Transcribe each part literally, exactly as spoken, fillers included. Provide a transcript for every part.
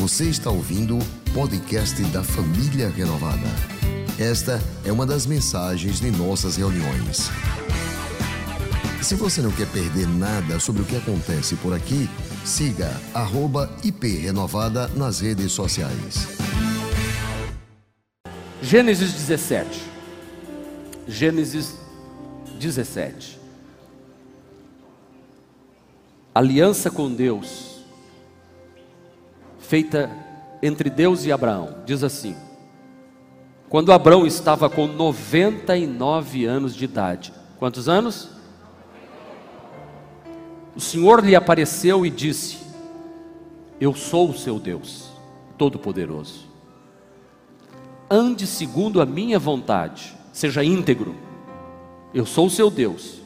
Você está ouvindo o podcast da Família Renovada. Esta é uma das mensagens de nossas reuniões. Se você não quer perder nada sobre o que acontece por aqui, siga arroba I P Renovada nas redes sociais. Gênesis dezessete. Gênesis dezessete. Aliança com Deus, feita entre Deus e Abraão. Diz assim: quando Abraão estava com noventa e nove anos de idade. Quantos anos? O Senhor lhe apareceu e disse: eu sou o seu Deus Todo-Poderoso. Ande segundo a minha vontade, seja íntegro. Eu sou o seu Deus.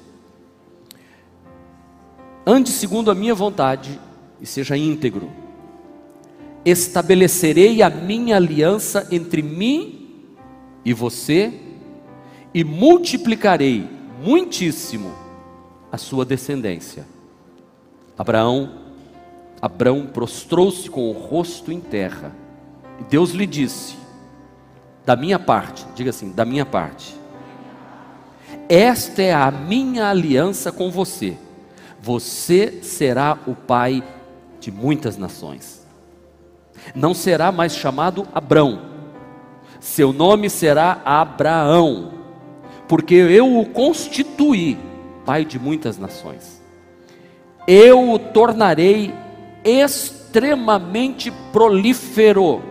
Ande segundo a minha vontade e seja íntegro. Estabelecerei a minha aliança entre mim e você e multiplicarei muitíssimo a sua descendência. Abraão, Abraão prostrou-se com o rosto em terra e Deus lhe disse: da minha parte, diga assim, da minha parte, esta é a minha aliança com você. Você será o pai de muitas nações. Não será mais chamado Abrão, seu nome será Abraão, porque eu o constituí pai de muitas nações. Eu o tornarei extremamente prolífero.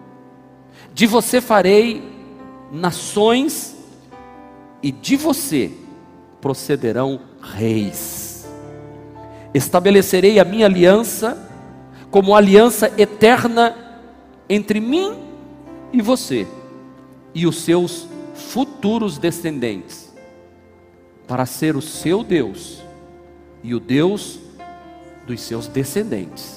De você farei nações e de você procederão reis. Estabelecerei a minha aliança como aliança eterna entre mim e você e os seus futuros descendentes, para ser o seu Deus e o Deus dos seus descendentes.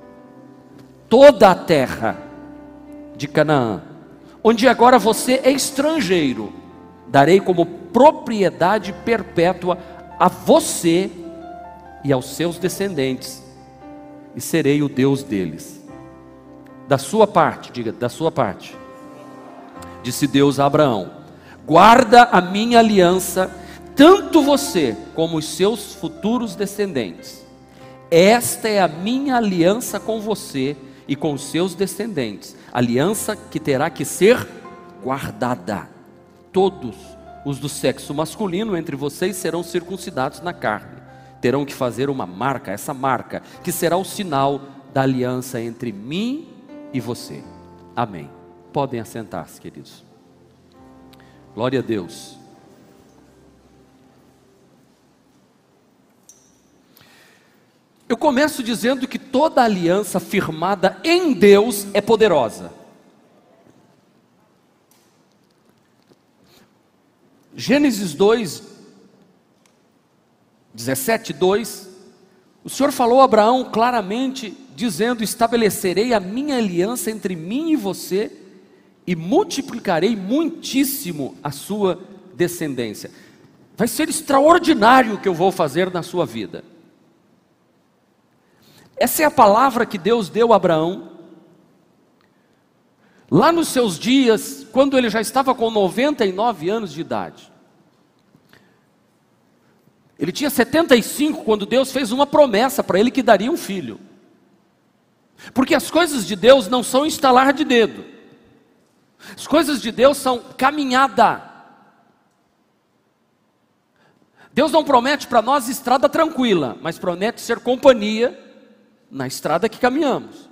Toda a terra de Canaã, onde agora você é estrangeiro, darei como propriedade perpétua a você e aos seus descendentes, e serei o Deus deles. Da sua parte, diga, da sua parte, disse Deus a Abraão: guarda a minha aliança, tanto você como os seus futuros descendentes. Esta é a minha aliança com você e com os seus descendentes, aliança que terá que ser guardada. Todos os do sexo masculino entre vocês serão circuncidados na carne. Terão que fazer uma marca, essa marca, que será o sinal da aliança entre mim e você. Amém. Podem assentar-se, queridos. Glória a Deus. Eu começo dizendo que toda aliança firmada em Deus é poderosa. Gênesis dois, dezessete, dois, o Senhor falou a Abraão claramente, dizendo: estabelecerei a minha aliança entre mim e você e multiplicarei muitíssimo a sua descendência. Vai ser extraordinário o que eu vou fazer na sua vida. Essa é a palavra que Deus deu a Abraão, lá nos seus dias, quando ele já estava com noventa e nove anos de idade. Ele tinha setenta e cinco quando Deus fez uma promessa para ele que daria um filho. Porque as coisas de Deus não são estalar de dedo. As coisas de Deus são caminhada. Deus não promete para nós estrada tranquila, mas promete ser companhia na estrada que caminhamos.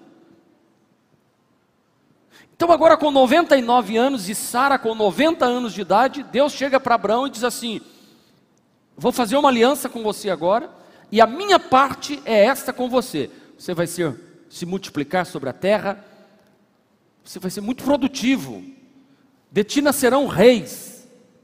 Então agora com noventa e nove anos e Sara com noventa anos de idade, Deus chega para Abraão e diz assim: vou fazer uma aliança com você agora, e a minha parte é esta com você. Você vai ser, se multiplicar sobre a terra, você vai ser muito produtivo, de ti nascerão reis,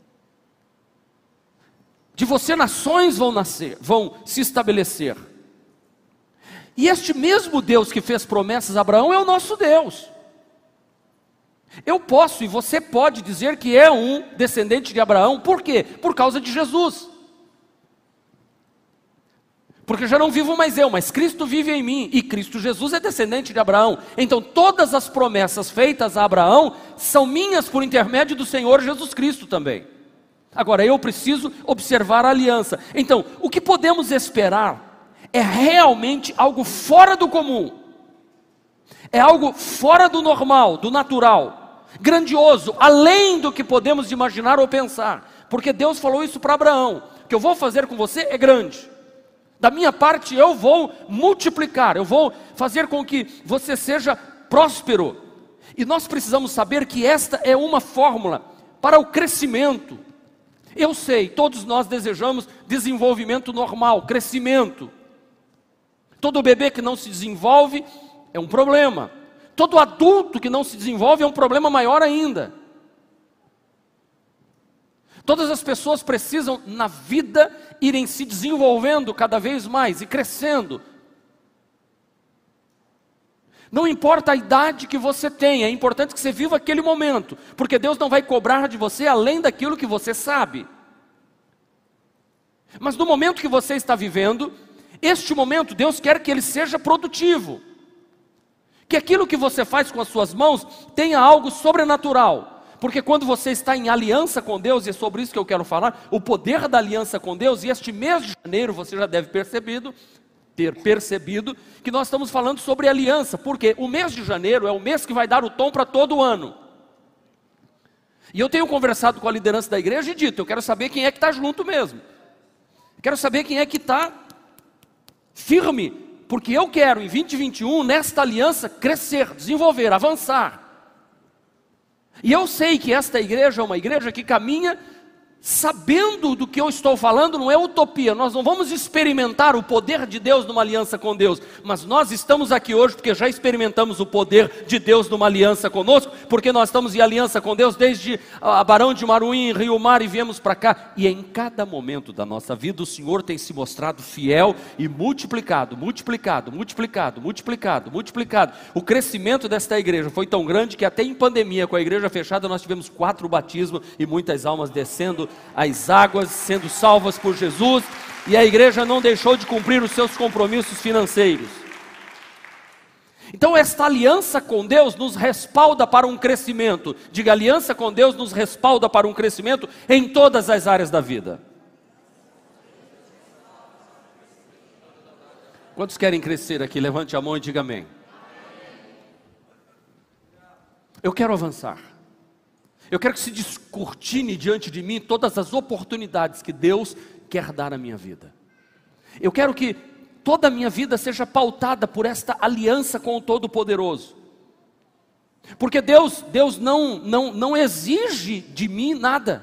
de você nações vão nascer, vão se estabelecer. E este mesmo Deus que fez promessas a Abraão é o nosso Deus. Eu posso e você pode dizer que é um descendente de Abraão, por quê? Por causa de Jesus. Porque já não vivo mais eu, mas Cristo vive em mim, e Cristo Jesus é descendente de Abraão. Então todas as promessas feitas a Abraão são minhas por intermédio do Senhor Jesus Cristo também. Agora eu preciso observar a aliança. Então, o que podemos esperar é realmente algo fora do comum. É algo fora do normal, do natural, grandioso, além do que podemos imaginar ou pensar. Porque Deus falou isso para Abraão: o que eu vou fazer com você é grande. Da minha parte eu vou multiplicar, eu vou fazer com que você seja próspero. E nós precisamos saber que esta é uma fórmula para o crescimento. Eu sei, todos nós desejamos desenvolvimento normal, crescimento. Todo bebê que não se desenvolve é um problema. Todo adulto que não se desenvolve é um problema maior ainda. Todas as pessoas precisam na vida irem se desenvolvendo cada vez mais e crescendo. Não importa a idade que você tenha, é importante que você viva aquele momento, porque Deus não vai cobrar de você além daquilo que você sabe. Mas no momento que você está vivendo, este momento Deus quer que ele seja produtivo. Que aquilo que você faz com as suas mãos tenha algo sobrenatural. Porque quando você está em aliança com Deus, e é sobre isso que eu quero falar, o poder da aliança com Deus, e este mês de janeiro você já deve percebido, ter percebido, que nós estamos falando sobre aliança, porque o mês de janeiro é o mês que vai dar o tom para todo o ano. E eu tenho conversado com a liderança da igreja e dito, eu quero saber quem é que está junto mesmo. Eu quero saber quem é que está firme, porque eu quero em vinte e vinte e um, nesta aliança, crescer, desenvolver, avançar. E eu sei que esta igreja é uma igreja que caminha sabendo do que eu estou falando, não é utopia. Nós não vamos experimentar o poder de Deus numa aliança com Deus, mas nós estamos aqui hoje porque já experimentamos o poder de Deus numa aliança conosco, porque nós estamos em aliança com Deus desde a Barão de Maruim, Rio Mar, e viemos para cá, e em cada momento da nossa vida o Senhor tem se mostrado fiel e multiplicado, multiplicado, multiplicado, multiplicado, multiplicado. O crescimento desta igreja foi tão grande que até em pandemia, com a igreja fechada, nós tivemos quatro batismos e muitas almas descendo as águas, sendo salvas por Jesus, e a igreja não deixou de cumprir os seus compromissos financeiros. Então esta aliança com Deus nos respalda para um crescimento. Diga, aliança com Deus nos respalda para um crescimento em todas as áreas da vida. Quantos querem crescer aqui? Levante a mão e diga amém. Eu quero avançar. Eu quero que se descortine diante de mim todas as oportunidades que Deus quer dar à minha vida. Eu quero que toda a minha vida seja pautada por esta aliança com o Todo-Poderoso. Porque Deus, Deus não, não, não exige de mim nada.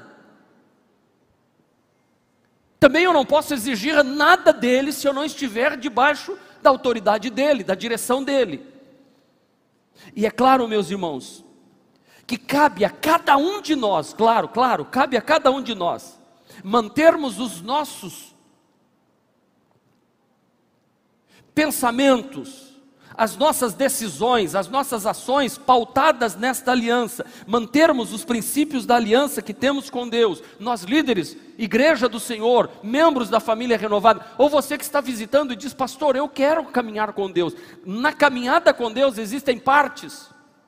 Também eu não posso exigir nada dele se eu não estiver debaixo da autoridade dele, da direção dele. E é claro, meus irmãos, que cabe a cada um de nós, claro, claro, cabe a cada um de nós, mantermos os nossos pensamentos, as nossas decisões, as nossas ações pautadas nesta aliança, mantermos os princípios da aliança que temos com Deus. Nós líderes, igreja do Senhor, membros da família renovada, ou você que está visitando e diz, pastor, eu quero caminhar com Deus. Na caminhada com Deus existem partes.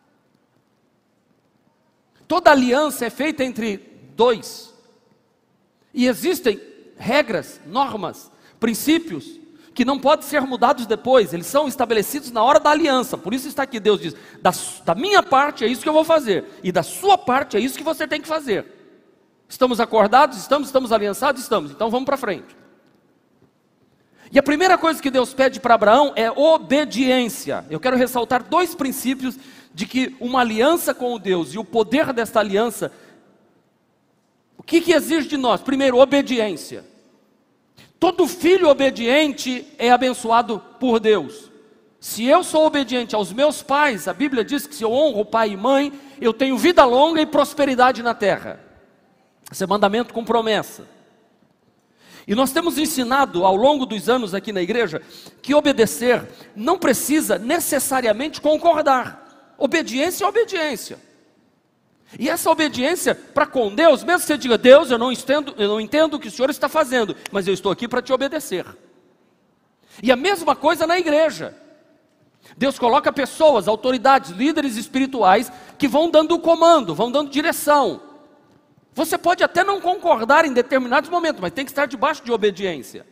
Toda aliança é feita entre dois, e existem regras, normas, princípios, que não podem ser mudados depois, eles são estabelecidos na hora da aliança. Por isso está aqui, Deus diz, da, da minha parte é isso que eu vou fazer, e da sua parte é isso que você tem que fazer. Estamos acordados? Estamos, estamos aliançados? Estamos, então vamos para frente. E a primeira coisa que Deus pede para Abraão é obediência. Eu quero ressaltar dois princípios de que uma aliança com o Deus e o poder desta aliança, o que, que exige de nós? Primeiro, obediência. Todo filho obediente é abençoado por Deus. Se eu sou obediente aos meus pais, a Bíblia diz que se eu honro pai e mãe, eu tenho vida longa e prosperidade na terra. Esse é mandamento com promessa. E nós temos ensinado ao longo dos anos aqui na igreja, que obedecer não precisa necessariamente concordar. Obediência é obediência. E essa obediência para com Deus, mesmo que você diga, Deus, eu não entendo, eu não entendo o que o Senhor está fazendo, mas eu estou aqui para te obedecer. E a mesma coisa na igreja. Deus coloca pessoas, autoridades, líderes espirituais que vão dando o comando, vão dando direção. Você pode até não concordar em determinados momentos, mas tem que estar debaixo de obediência.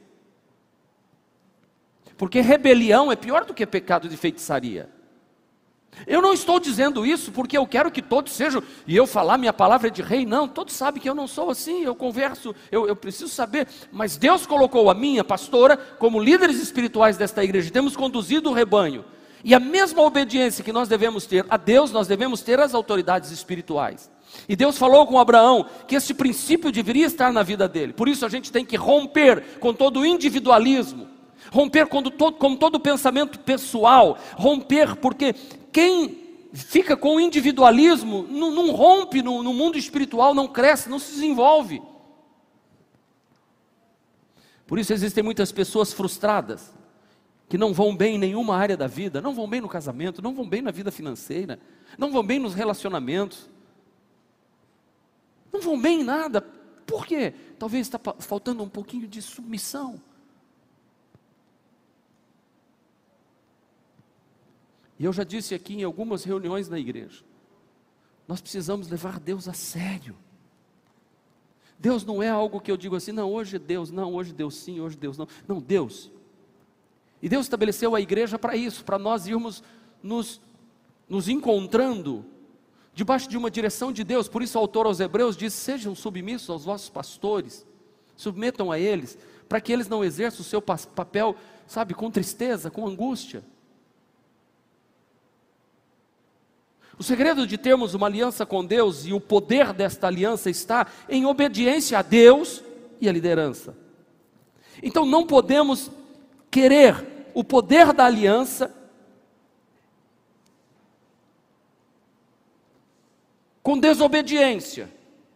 Porque rebelião é pior do que pecado de feitiçaria. Eu não estou dizendo isso porque eu quero que todos sejam, e eu falar minha palavra é de rei, não, todos sabem que eu não sou assim, eu converso, eu, eu preciso saber, mas Deus colocou a minha pastora como líderes espirituais desta igreja, temos conduzido o rebanho, e a mesma obediência que nós devemos ter a Deus, nós devemos ter às autoridades espirituais. E Deus falou com Abraão que esse princípio deveria estar na vida dele, por isso a gente tem que romper com todo o individualismo, romper com todo, com todo o pensamento pessoal, romper porque quem fica com o individualismo não, não rompe no, no mundo espiritual, não cresce, não se desenvolve. Por isso existem muitas pessoas frustradas, que não vão bem em nenhuma área da vida, não vão bem no casamento, não vão bem na vida financeira, não vão bem nos relacionamentos, não vão bem em nada. Por quê? Talvez está faltando um pouquinho de submissão. E eu já disse aqui em algumas reuniões na igreja, nós precisamos levar Deus a sério. Deus não é algo que eu digo assim, não, hoje é Deus, não, hoje Deus sim, hoje Deus não. Não, Deus. E Deus estabeleceu a igreja para isso, para nós irmos nos, nos encontrando debaixo de uma direção de Deus. Por isso o autor aos Hebreus diz, sejam submissos aos vossos pastores, submetam a eles, para que eles não exerçam o seu papel, sabe, com tristeza, com angústia. O segredo de termos uma aliança com Deus e o poder desta aliança está em obediência a Deus e a liderança. Então não podemos querer o poder da aliança com desobediência.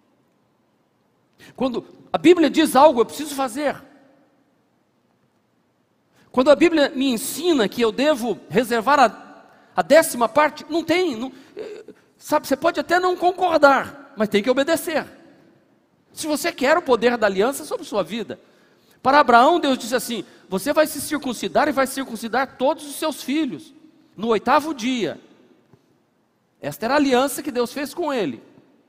Quando a Bíblia diz algo, eu preciso fazer. Quando a Bíblia me ensina que eu devo reservar a A décima parte, não tem, não, sabe, você pode até não concordar, mas tem que obedecer. Se você quer o poder da aliança sobre sua vida. Para Abraão, Deus disse assim, você vai se circuncidar e vai circuncidar todos os seus filhos, no oitavo dia. Esta era a aliança que Deus fez com ele.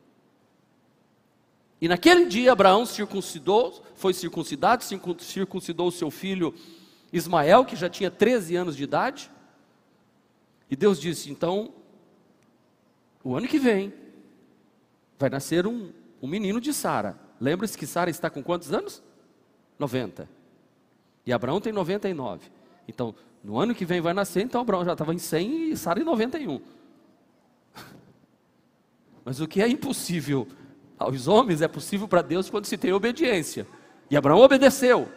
E naquele dia, Abraão circuncidou, foi circuncidado, circuncidou o seu filho Ismael, que já tinha treze anos de idade. E Deus disse, então, o ano que vem, vai nascer um, um menino de Sara. Lembra-se que Sara está com quantos anos? noventa. E Abraão tem noventa e nove. Então, no ano que vem vai nascer, então Abraão já estava em cem e Sara em noventa e um. Mas o que é impossível aos homens é possível para Deus quando se tem obediência. E Abraão obedeceu.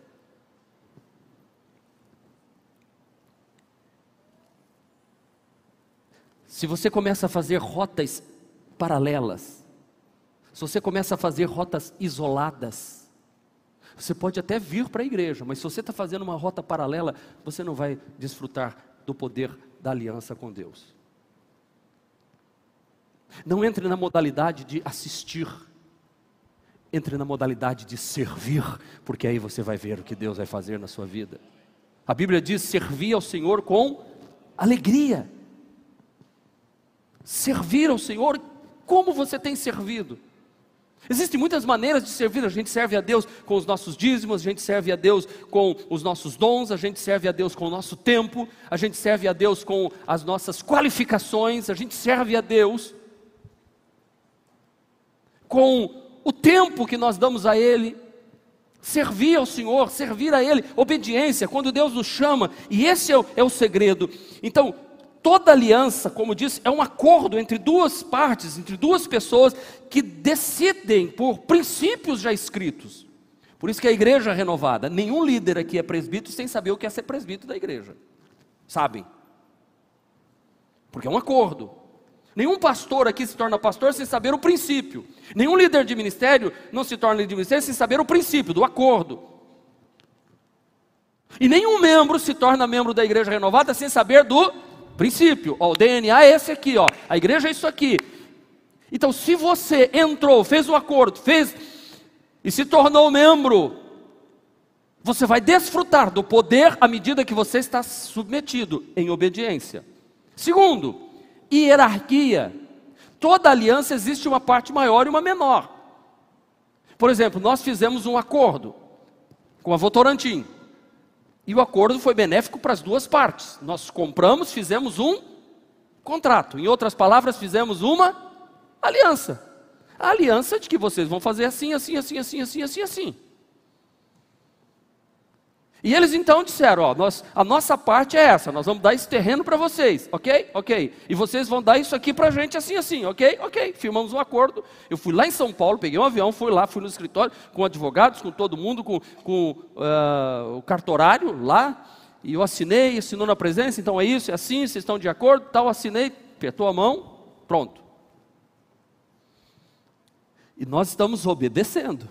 Se você começa a fazer rotas paralelas, se você começa a fazer rotas isoladas, você pode até vir para a igreja, mas se você está fazendo uma rota paralela, você não vai desfrutar do poder da aliança com Deus. Não entre na modalidade de assistir, entre na modalidade de servir, porque aí você vai ver o que Deus vai fazer na sua vida. A Bíblia diz, servir ao Senhor com alegria. Servir ao Senhor, como você tem servido? Existem muitas maneiras de servir, a gente serve a Deus com os nossos dízimos, a gente serve a Deus com os nossos dons, a gente serve a Deus com o nosso tempo, a gente serve a Deus com as nossas qualificações, a gente serve a Deus com o tempo que nós damos a Ele. Servir ao Senhor, servir a Ele, obediência, quando Deus nos chama, e esse é o, é o segredo. Então, toda aliança, como disse, é um acordo entre duas partes, entre duas pessoas que decidem por princípios já escritos. Por isso que a igreja é renovada. Nenhum líder aqui é presbítero sem saber o que é ser presbítero da igreja. Sabem? Porque é um acordo. Nenhum pastor aqui se torna pastor sem saber o princípio. Nenhum líder de ministério não se torna líder de ministério sem saber o princípio do acordo. E nenhum membro se torna membro da igreja renovada sem saber do princípio. Ó, o D N A é esse aqui, ó. A igreja é isso aqui. Então, se você entrou, fez um acordo, fez e se tornou membro, Você vai desfrutar do poder à medida que você está submetido em obediência. Segundo, hierarquia. Toda aliança existe uma parte maior e uma menor. Por exemplo, nós fizemos um acordo com a Votorantim. E o acordo foi benéfico para as duas partes. Nós compramos, fizemos um contrato. Em outras palavras, fizemos uma aliança. A aliança de que vocês vão fazer assim, assim, assim, assim, assim, assim, assim. E eles então disseram, ó, nós, a nossa parte é essa, nós vamos dar esse terreno para vocês, ok? Ok. E vocês vão dar isso aqui para a gente assim, assim, ok? Ok. Firmamos um acordo, eu fui lá em São Paulo, peguei um avião, fui lá, fui no escritório, com advogados, com todo mundo, com, com uh, o cartorário lá, e eu assinei, assinou na presença, então é isso, é assim, vocês estão de acordo, tal, assinei, apertou a mão, pronto. E nós estamos obedecendo.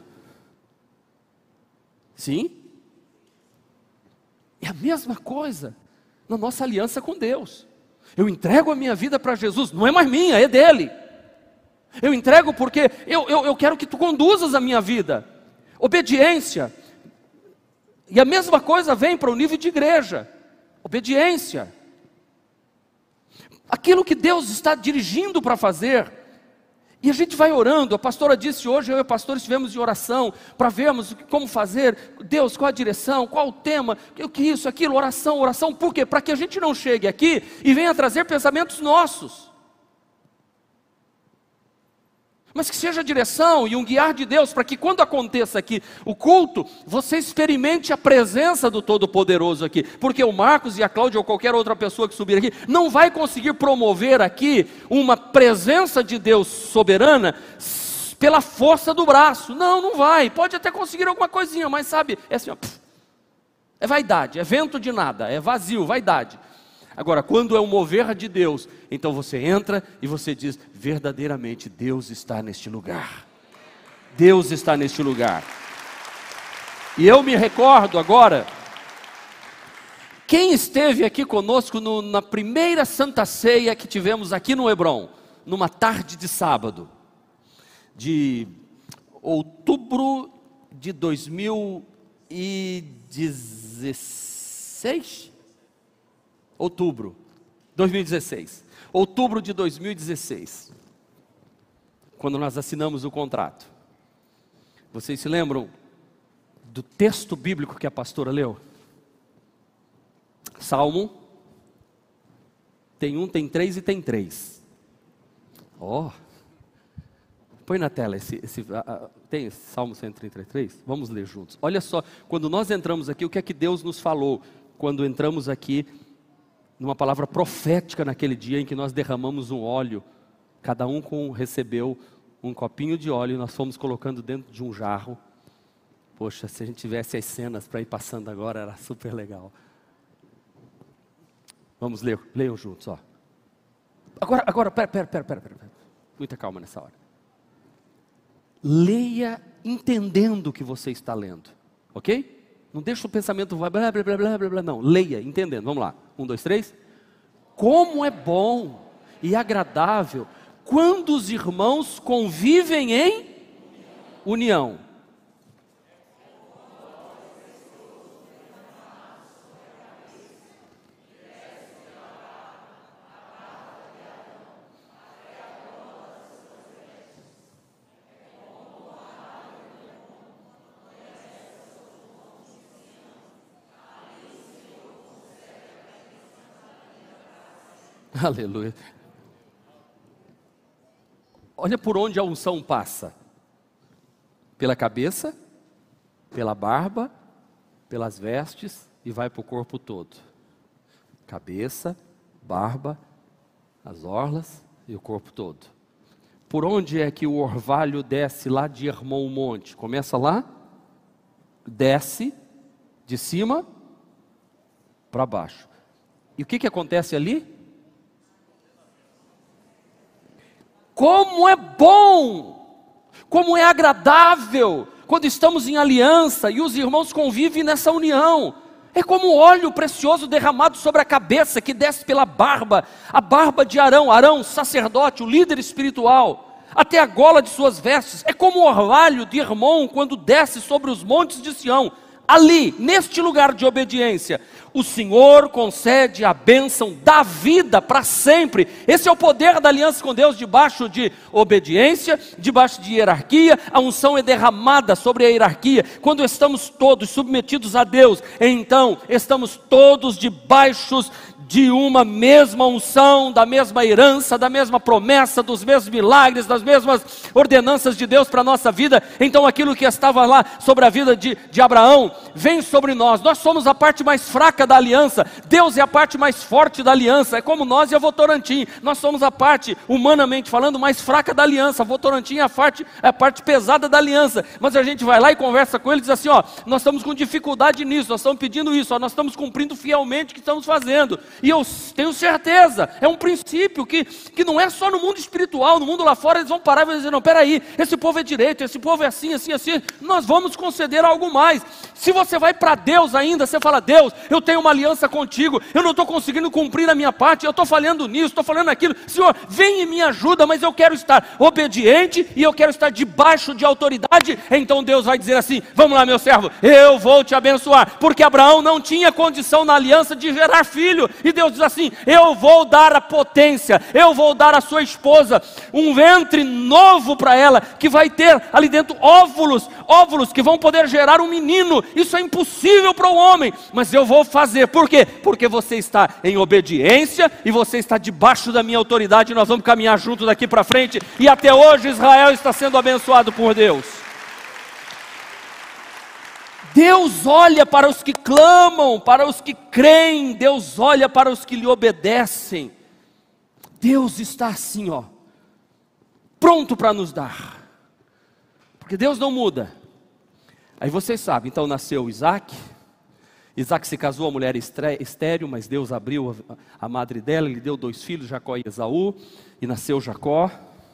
Sim? É a mesma coisa na nossa aliança com Deus. Eu entrego a minha vida para Jesus, não é mais minha, é dele. Eu entrego porque eu, eu, eu quero que tu conduzas a minha vida. Obediência. E a mesma coisa vem para o nível de igreja. Obediência. Aquilo que Deus está dirigindo para fazer. E a gente vai orando, a pastora disse hoje, eu e o pastor estivemos em oração, para vermos como fazer, Deus, qual a direção, qual o tema, o que isso, aquilo, oração, oração, por quê? Para que a gente não chegue aqui e venha trazer pensamentos nossos. Mas que seja a direção e um guiar de Deus, para que quando aconteça aqui o culto, você experimente a presença do Todo-Poderoso aqui. Porque o Marcos e a Cláudia ou qualquer outra pessoa que subir aqui, não vai conseguir promover aqui uma presença de Deus soberana pela força do braço. Não, não vai. Pode até conseguir alguma coisinha, mas sabe, é assim, ó, pff, é vaidade, é vento de nada, é vazio, vaidade. Agora, quando é o mover de Deus, então você entra e você diz, verdadeiramente Deus está neste lugar. Deus está neste lugar. E eu me recordo agora, quem esteve aqui conosco no, na primeira Santa Ceia que tivemos aqui no Hebron, numa tarde de sábado, de outubro de dois mil e dezesseis? Outubro de dois mil e dezesseis. Outubro de dois mil e dezesseis. Quando nós assinamos o contrato. Vocês se lembram do texto bíblico que a pastora leu? Salmo. Tem um, tem três e tem três. Ó. Oh. Põe na tela esse, esse uh, uh, tem esse Salmo cento e trinta e três? Vamos ler juntos. Olha só, quando nós entramos aqui, o que é que Deus nos falou? Quando entramos aqui numa palavra profética naquele dia em que nós derramamos um óleo, cada um com, recebeu um copinho de óleo e nós fomos colocando dentro de um jarro. Poxa, se a gente tivesse as cenas para ir passando agora, era super legal. Vamos ler, leiam juntos, ó. Agora, agora, pera, pera, pera, pera, pera, muita calma nessa hora. Leia entendendo o que você está lendo, ok? Não deixa o pensamento vai blá, blá, blá, blá, blá, blá, não. Leia, entendendo. Vamos lá. Um, dois, três. Como é bom e agradável quando os irmãos convivem em união. Aleluia. Olha por onde a unção passa. Pela cabeça, pela barba, pelas vestes e vai para o corpo todo. Cabeça, barba, as orlas e o corpo todo. Por onde é que o orvalho desce lá de Hermon Monte? Começa lá, desce de cima para baixo. E o que, que acontece ali? Como é bom, como é agradável, quando estamos em aliança e os irmãos convivem nessa união. É como óleo precioso derramado sobre a cabeça, que desce pela barba, a barba de Arão, Arão, sacerdote, o líder espiritual, até a gola de suas vestes. É como o orvalho de Hermon, quando desce sobre os montes de Sião. ali, neste lugar de obediência, o Senhor concede a bênção da vida para sempre. Esse é o poder da aliança com Deus, debaixo de obediência, debaixo de hierarquia. A unção é derramada sobre a hierarquia. Quando estamos todos submetidos a Deus, então estamos todos debaixo de uma mesma unção, da mesma herança, da mesma promessa, dos mesmos milagres, das mesmas ordenanças de Deus para a nossa vida. Então aquilo que estava lá sobre a vida de, de Abraão, vem sobre nós. Nós somos a parte mais fraca da aliança, Deus é a parte mais forte da aliança. É como nós e a Votorantim, nós somos a parte, humanamente falando, mais fraca da aliança. A Votorantim é a parte, é a parte pesada da aliança, mas a gente vai lá e conversa com ele e diz assim, ó, nós estamos com dificuldade nisso, nós estamos pedindo isso, ó, nós estamos cumprindo fielmente o que estamos fazendo. E eu tenho certeza, é um princípio que, que não é só no mundo espiritual, no mundo lá fora eles vão parar e vão dizer, não, peraí, esse povo é direito, esse povo é assim, assim, assim, nós vamos conceder algo mais. Se você vai para Deus ainda, você fala, Deus, eu tenho uma aliança contigo, eu não estou conseguindo cumprir a minha parte, eu estou falhando nisso, estou falando aquilo, Senhor, vem e me ajuda, mas eu quero estar obediente e eu quero estar debaixo de autoridade. Então Deus vai dizer assim, vamos lá meu servo, eu vou te abençoar, porque Abraão não tinha condição na aliança de gerar filho, e Deus diz assim, eu vou dar a potência, eu vou dar à sua esposa um ventre novo para ela, que vai ter ali dentro óvulos, óvulos que vão poder gerar um menino. Isso é impossível para o homem, mas eu vou fazer. Por quê? Porque você está em obediência e você está debaixo da minha autoridade, e nós vamos caminhar juntos daqui para frente, e até hoje Israel está sendo abençoado por Deus. Deus olha para os que clamam, para os que creem, Deus olha para os que lhe obedecem. Deus está assim, ó, pronto para nos dar, porque Deus não muda. Aí vocês sabem, então nasceu Isaac, Isaac se casou, a mulher estéril, mas Deus abriu a, a madre dela, ele deu dois filhos, Jacó e Esaú, e nasceu Jacó.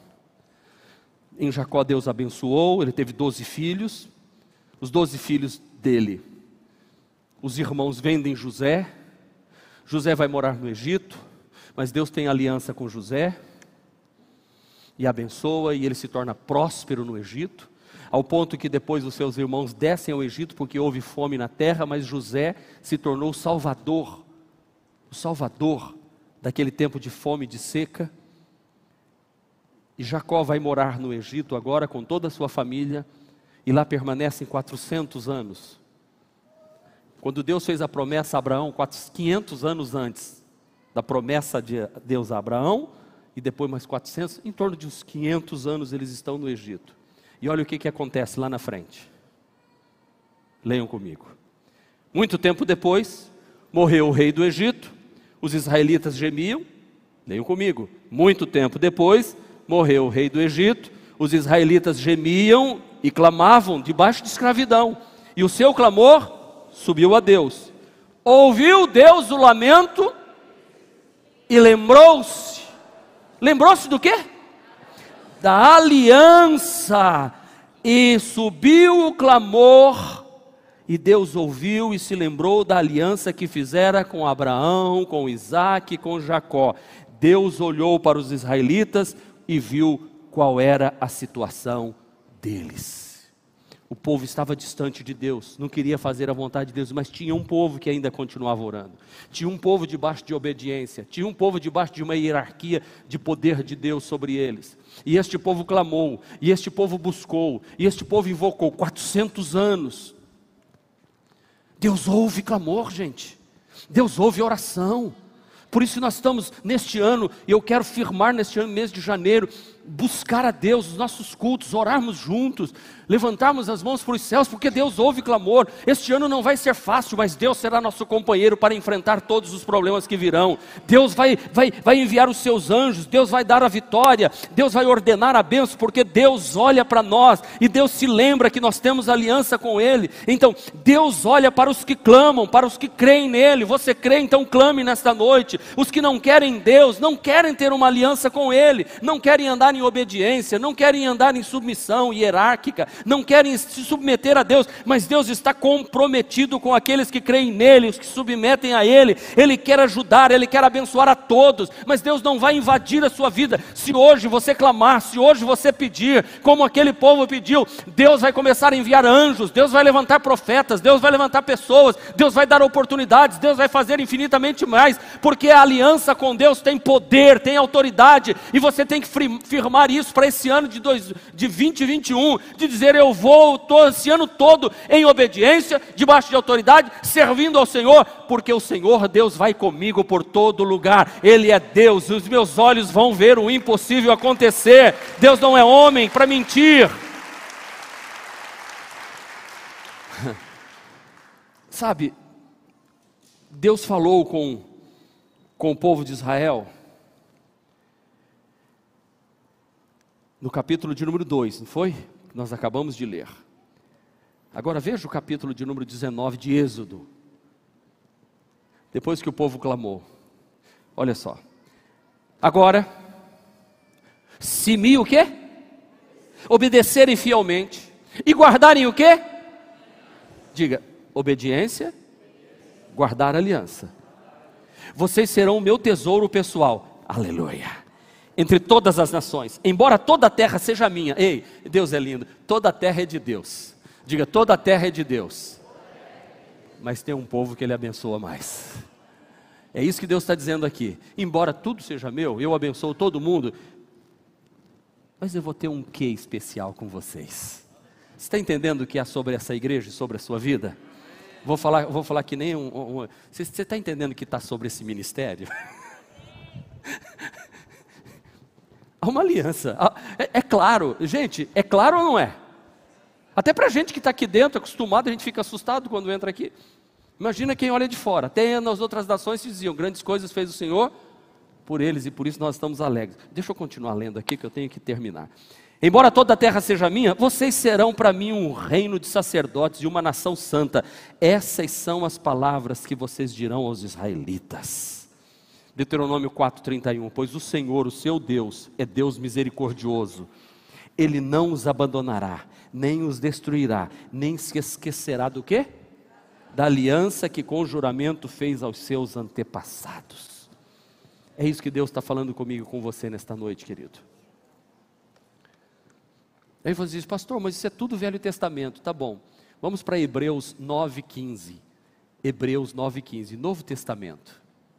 Em Jacó Deus abençoou, ele teve doze filhos, os doze filhos dele, os irmãos vendem José, José vai morar no Egito, mas Deus tem aliança com José, e abençoa, e ele se torna próspero no Egito, ao ponto que depois os seus irmãos descem ao Egito, porque houve fome na terra, mas José se tornou o salvador, o salvador daquele tempo de fome e de seca, e Jacó vai morar no Egito agora com toda a sua família, e lá permanecem quatrocentos anos. Quando Deus fez a promessa a Abraão, quinhentos anos antes da promessa de Deus a Abraão, e depois mais quatrocentos, em torno de uns quinhentos anos eles estão no Egito. E olha o que, que acontece lá na frente. Leiam comigo. Muito tempo depois, morreu o rei do Egito, os israelitas gemiam. Leiam comigo. Muito tempo depois, morreu o rei do Egito, os israelitas gemiam e clamavam debaixo de escravidão, e o seu clamor subiu a Deus. Ouviu Deus o lamento e lembrou-se. Lembrou-se do quê? Da aliança. E subiu o clamor, e Deus ouviu e se lembrou da aliança que fizera com Abraão, com Isaac e com Jacó. Deus olhou para os israelitas e viu qual era a situação deles. O povo estava distante de Deus, não queria fazer a vontade de Deus, mas tinha um povo que ainda continuava orando. Tinha um povo debaixo de obediência, tinha um povo debaixo de uma hierarquia de poder de Deus sobre eles. E este povo clamou, e este povo buscou, e este povo invocou quatrocentos anos. Deus ouve clamor, gente. Deus ouve oração. Por isso nós estamos neste ano, e eu quero firmar neste ano, mês de janeiro, buscar a Deus, os nossos cultos, orarmos juntos, levantarmos as mãos para os céus, porque Deus ouve clamor. Este ano não vai ser fácil, mas Deus será nosso companheiro para enfrentar todos os problemas que virão. Deus vai, vai, vai enviar os seus anjos, Deus vai dar a vitória, Deus vai ordenar a bênção, porque Deus olha para nós, e Deus se lembra que nós temos aliança com Ele. Então Deus olha para os que clamam, para os que creem nele. Você crê? Então clame nesta noite. Os que não querem Deus, não querem ter uma aliança com Ele, não querem andar em obediência, não querem andar em submissão hierárquica, não querem se submeter a Deus, mas Deus está comprometido com aqueles que creem nele, os que submetem a Ele. Ele quer ajudar, Ele quer abençoar a todos, mas Deus não vai invadir a sua vida. Se hoje você clamar, se hoje você pedir, como aquele povo pediu, Deus vai começar a enviar anjos, Deus vai levantar profetas, Deus vai levantar pessoas, Deus vai dar oportunidades, Deus vai fazer infinitamente mais, porque a aliança com Deus tem poder, tem autoridade, e você tem que firmar isso para esse ano de, dois, de vinte e vinte e um, de dizer: eu vou tô, esse ano todo em obediência, debaixo de autoridade, servindo ao Senhor, porque o Senhor Deus vai comigo por todo lugar. Ele é Deus, os meus olhos vão ver o impossível acontecer. Deus não é homem para mentir. Sabe, Deus falou com, com o povo de Israel no capítulo de número dois, não foi? Nós acabamos de ler. Agora veja o capítulo de número dezenove de Êxodo. Depois que o povo clamou, olha só. Agora, se me o quê? Obedecerem fielmente e guardarem o quê? Diga, obediência, guardar a aliança. Vocês serão o meu tesouro pessoal. Aleluia. Entre todas as nações, embora toda a terra seja minha. Ei, Deus é lindo. Toda a terra é de Deus. Diga, toda a terra é de Deus. Mas tem um povo que Ele abençoa mais. É isso que Deus está dizendo aqui. Embora tudo seja meu, eu abençoo todo mundo, mas eu vou ter um quê especial com vocês. Você está entendendo o que é sobre essa igreja e sobre a sua vida? Vou falar, vou falar que nem um... um, um você está entendendo o que está sobre esse ministério? Há uma aliança. É, é claro, gente, é claro ou não é? Até para a gente que está aqui dentro, acostumado, a gente fica assustado quando entra aqui. Imagina quem olha de fora. Até nas outras nações se diziam: grandes coisas fez o Senhor por eles, e por isso nós estamos alegres. Deixa eu continuar lendo aqui, que eu tenho que terminar. Embora toda a terra seja minha, vocês serão para mim um reino de sacerdotes e uma nação santa. Essas são as palavras que vocês dirão aos israelitas. Deuteronômio quatro, trinta e um. Pois o Senhor, o seu Deus, é Deus misericordioso. Ele não os abandonará, nem os destruirá, nem se esquecerá do quê? Da aliança que com juramento fez aos seus antepassados. É isso que Deus está falando comigo, com você nesta noite, querido. Aí você diz: pastor, mas isso é tudo Velho Testamento. Tá bom, vamos para Hebreus nove, quinze. Hebreus nove, quinze, Novo Testamento.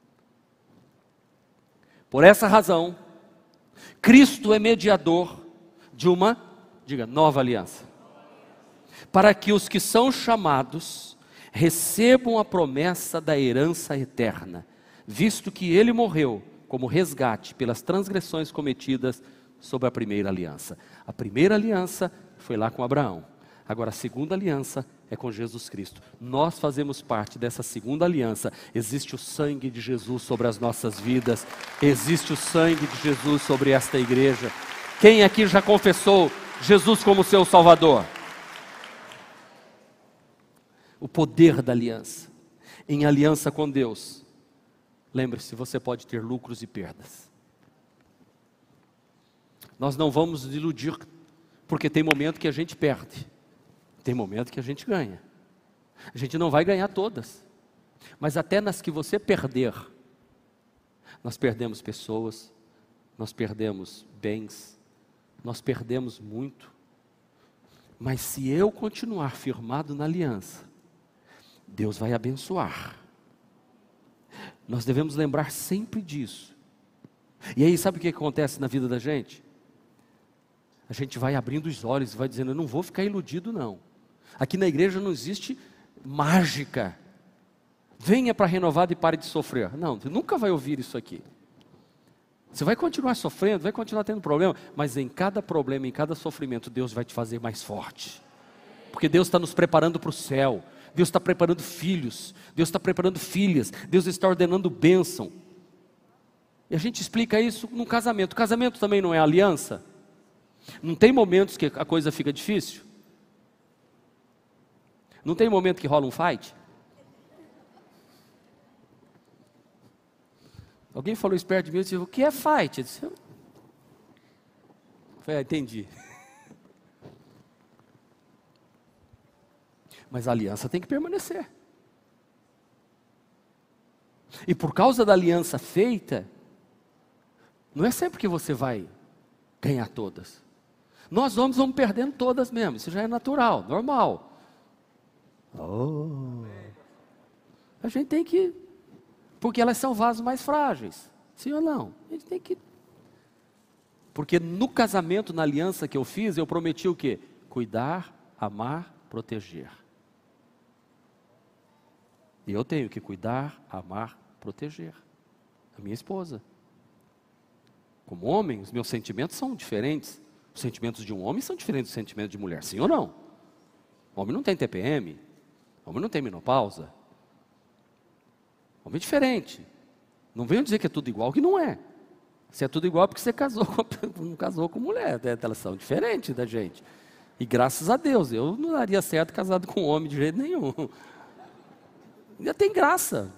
Por essa razão, Cristo é mediador de uma, diga, nova aliança, para que os que são chamados recebam a promessa da herança eterna, visto que Ele morreu como resgate pelas transgressões cometidas sob a primeira aliança. A primeira aliança foi lá com Abraão. Agora a segunda aliança é com Jesus Cristo. Nós fazemos parte dessa segunda aliança. Existe o sangue de Jesus sobre as nossas vidas. Existe o sangue de Jesus sobre esta igreja. Quem aqui já confessou Jesus como seu Salvador? O poder da aliança. Em aliança com Deus, lembre-se, você pode ter lucros e perdas. Nós não vamos nos iludir, porque tem momento que a gente perde, tem momento que a gente ganha. A gente não vai ganhar todas, mas até nas que você perder, nós perdemos pessoas, nós perdemos bens, nós perdemos muito. Mas se eu continuar firmado na aliança, Deus vai abençoar. Nós devemos lembrar sempre disso. E aí sabe o que acontece na vida da gente? A gente vai abrindo os olhos e vai dizendo: eu não vou ficar iludido não. Aqui na igreja não existe mágica. Venha para Renovado e pare de sofrer. Não, você nunca vai ouvir isso aqui. Você vai continuar sofrendo, vai continuar tendo problema, mas em cada problema, em cada sofrimento, Deus vai te fazer mais forte. Porque Deus está nos preparando para o céu. Deus está preparando filhos, Deus está preparando filhas, Deus está ordenando bênção. E a gente explica isso no casamento. O casamento também não é aliança? Não tem momentos que a coisa fica difícil? Não tem momento que rola um fight? Alguém falou isso perto de mim, eu disse, o que é fight? Eu disse, eu falei, ah, entendi. Mas a aliança tem que permanecer. E por causa da aliança feita, não é sempre que você vai ganhar todas. Nós homens vamos perdendo todas mesmo, isso já é natural, normal. Oh. A gente tem que, porque elas são vasos mais frágeis, sim ou não? A gente tem que, porque no casamento, na aliança que eu fiz, eu prometi o quê? Cuidar, amar, proteger. E eu tenho que cuidar, amar, proteger a minha esposa. Como homem, os meus sentimentos são diferentes. Os sentimentos de um homem são diferentes dos sentimentos de mulher, sim ou não? O homem não tem T P M, o homem não tem menopausa. O homem é diferente. Não venham dizer que é tudo igual, que não é. Se é tudo igual é porque você casou com, não casou com mulher, né? Elas são diferentes da gente. E graças a Deus, eu não daria certo casado com homem de jeito nenhum. Ainda tem graça.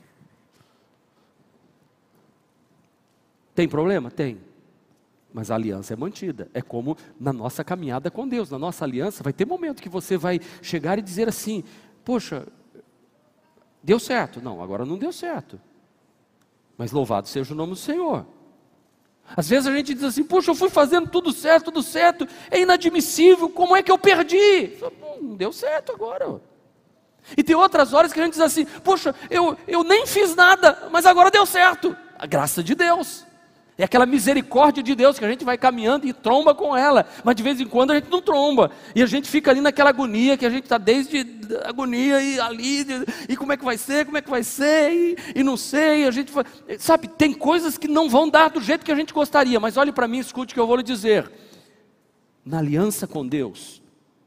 Tem problema? Tem. Mas a aliança é mantida. É como na nossa caminhada com Deus. Na nossa aliança vai ter momento que você vai chegar e dizer assim, poxa, deu certo. Não, agora não deu certo. Mas louvado seja o nome do Senhor. Às vezes a gente diz assim, poxa, eu fui fazendo tudo certo, tudo certo. É inadmissível, como é que eu perdi? Não deu certo agora. E tem outras horas que a gente diz assim, poxa, eu, eu nem fiz nada, mas agora deu certo. A graça de Deus. É aquela misericórdia de Deus que a gente vai caminhando e tromba com ela. Mas de vez em quando a gente não tromba. E a gente fica ali naquela agonia, que a gente está desde agonia e ali, e como é que vai ser, como é que vai ser, e, e não sei, a gente vai, sabe, tem coisas que não vão dar do jeito que a gente gostaria. Mas olhe para mim, escute o que eu vou lhe dizer. Na aliança com Deus,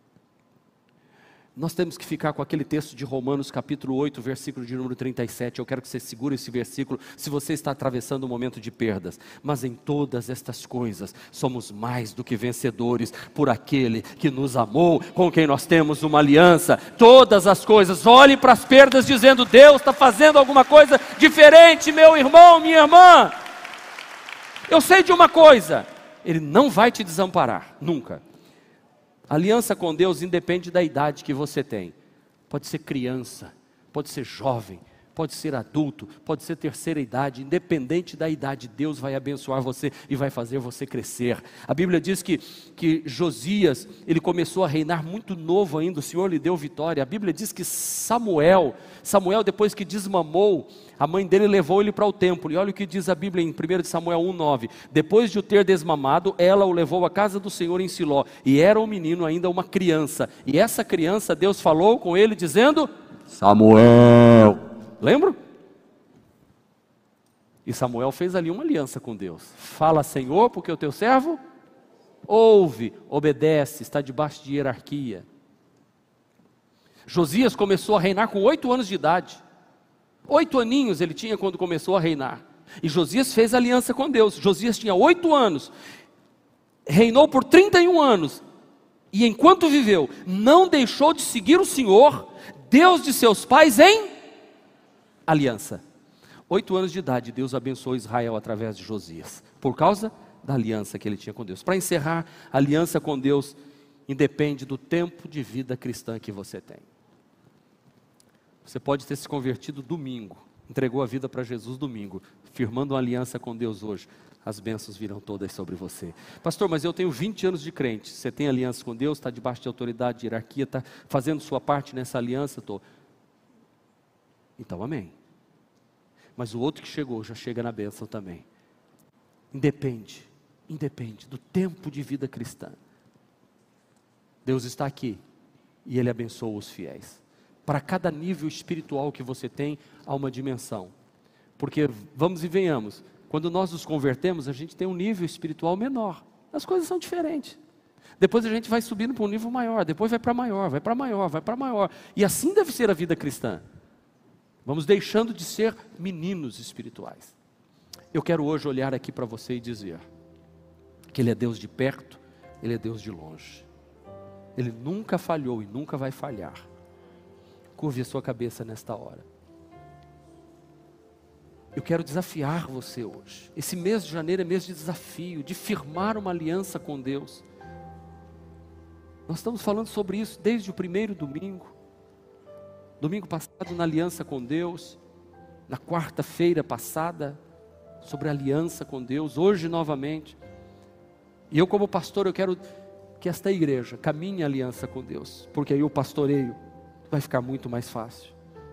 nós temos que ficar com aquele texto de Romanos capítulo oito, versículo de número trinta e sete. Eu quero que você segure esse versículo se você está atravessando um momento de perdas. Mas em todas estas coisas somos mais do que vencedores por aquele que nos amou, com quem nós temos uma aliança. Todas as coisas, olhe para as perdas dizendo, Deus está fazendo alguma coisa diferente, meu irmão, minha irmã. Eu sei de uma coisa, Ele não vai te desamparar, nunca. A aliança com Deus independe da idade que você tem. Pode ser criança, pode ser jovem, pode ser adulto, pode ser terceira idade. Independente da idade, Deus vai abençoar você e vai fazer você crescer. A Bíblia diz que, que Josias, ele começou a reinar muito novo ainda, o Senhor lhe deu vitória. A Bíblia diz que Samuel, Samuel depois que desmamou, a mãe dele levou ele para o templo, e olha o que diz a Bíblia em primeiro Samuel um, nove. Depois de o ter desmamado, ela o levou à casa do Senhor em Siló, e era um menino ainda, uma criança, e essa criança, Deus falou com ele dizendo, Samuel, lembra? E Samuel fez ali uma aliança com Deus, fala Senhor, porque o teu servo ouve, obedece, está debaixo de hierarquia. Josias começou a reinar com oito anos de idade. Oito aninhos ele tinha quando começou a reinar. E Josias fez aliança com Deus. Josias tinha oito anos. Reinou por trinta e um anos. E enquanto viveu, não deixou de seguir o Senhor, Deus de seus pais, em aliança. Oito anos de idade, Deus abençoou Israel através de Josias. Por causa da aliança que ele tinha com Deus. Para encerrar, a aliança com Deus independe do tempo de vida cristã que você tem. Você pode ter se convertido domingo, entregou a vida para Jesus domingo, firmando uma aliança com Deus hoje, as bênçãos virão todas sobre você. Pastor, mas eu tenho vinte anos de crente, você tem aliança com Deus, está debaixo de autoridade, de hierarquia, está fazendo sua parte nessa aliança? Tô. Então amém. Mas o outro que chegou, já chega na bênção também. Independe, independe do tempo de vida cristã. Deus está aqui, e Ele abençoa os fiéis. Para cada nível espiritual que você tem, há uma dimensão. Porque, vamos e venhamos, quando nós nos convertemos, a gente tem um nível espiritual menor. As coisas são diferentes. Depois a gente vai subindo para um nível maior, depois vai para maior, vai para maior, vai para maior. E assim deve ser a vida cristã. Vamos deixando de ser meninos espirituais. Eu quero hoje olhar aqui para você e dizer que Ele é Deus de perto, Ele é Deus de longe. Ele nunca falhou e nunca vai falhar. Curve a sua cabeça nesta hora. Eu quero desafiar você hoje. Esse mês de janeiro é mês de desafio, de firmar uma aliança com Deus. Nós estamos falando sobre isso desde o primeiro domingo. Domingo passado na aliança com Deus. Na quarta-feira passada, sobre a aliança com Deus. Hoje novamente. E eu como pastor, eu quero que esta igreja caminhe em aliança com Deus. Porque aí o pastoreio vai ficar muito mais fácil.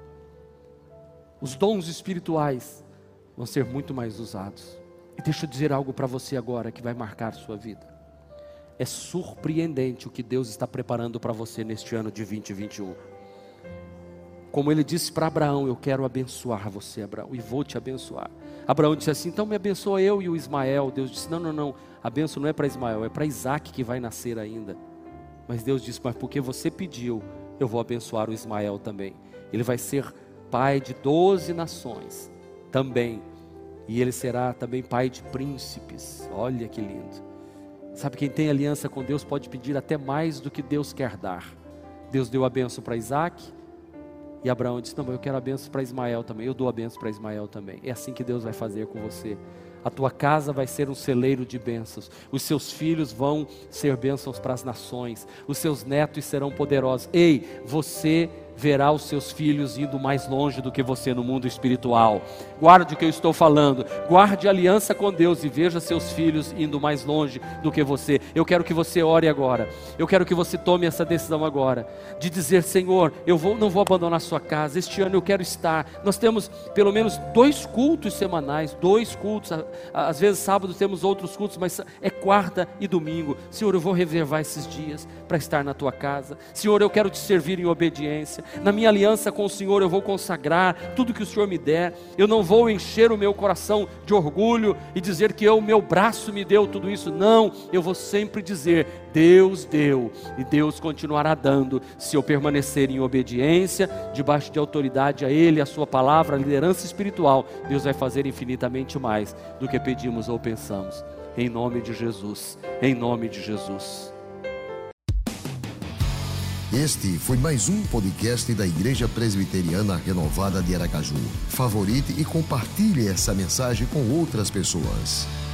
Os dons espirituais vão ser muito mais usados. E deixa eu dizer algo para você agora que vai marcar sua vida. É surpreendente o que Deus está preparando para você neste ano de vinte e vinte e um. Como Ele disse para Abraão, eu quero abençoar você, Abraão, e vou te abençoar. Abraão disse assim, então me abençoa eu e o Ismael. Deus disse, não, não, não, a bênção não é para Ismael, é para Isaac que vai nascer ainda. Mas Deus disse, mas porque você pediu, eu vou abençoar o Ismael também. Ele vai ser pai de doze nações também. E ele será também pai de príncipes. Olha que lindo. Sabe, quem tem aliança com Deus pode pedir até mais do que Deus quer dar. Deus deu a bênção para Isaac. E Abraão disse, não, mas eu quero a bênção para Ismael também. Eu dou a bênção para Ismael também. É assim que Deus vai fazer com você. A tua casa vai ser um celeiro de bênçãos. Os seus filhos vão ser bênçãos para as nações. Os seus netos serão poderosos. Ei, você verá os seus filhos indo mais longe do que você no mundo espiritual. Guarde o que eu estou falando. Guarde aliança com Deus e veja seus filhos indo mais longe do que você. Eu quero que você ore agora. Eu quero que você tome essa decisão agora. De dizer, Senhor, eu vou, não vou abandonar a sua casa. Este ano eu quero estar. Nós temos pelo menos dois cultos semanais. Dois cultos. Às vezes sábado temos outros cultos, mas é quarta e domingo. Senhor, eu vou reservar esses dias para estar na tua casa. Senhor, eu quero te servir em obediência. Na minha aliança com o Senhor eu vou consagrar tudo que o Senhor me der. Eu não vou encher o meu coração de orgulho e dizer que o meu braço me deu tudo isso. Não, eu vou sempre dizer, Deus deu e Deus continuará dando, se eu permanecer em obediência, debaixo de autoridade a Ele, a sua palavra, a liderança espiritual. Deus vai fazer infinitamente mais do que pedimos ou pensamos. Em nome de Jesus, em nome de Jesus. Este foi mais um podcast da Igreja Presbiteriana Renovada de Aracaju. Favorite e compartilhe essa mensagem com outras pessoas.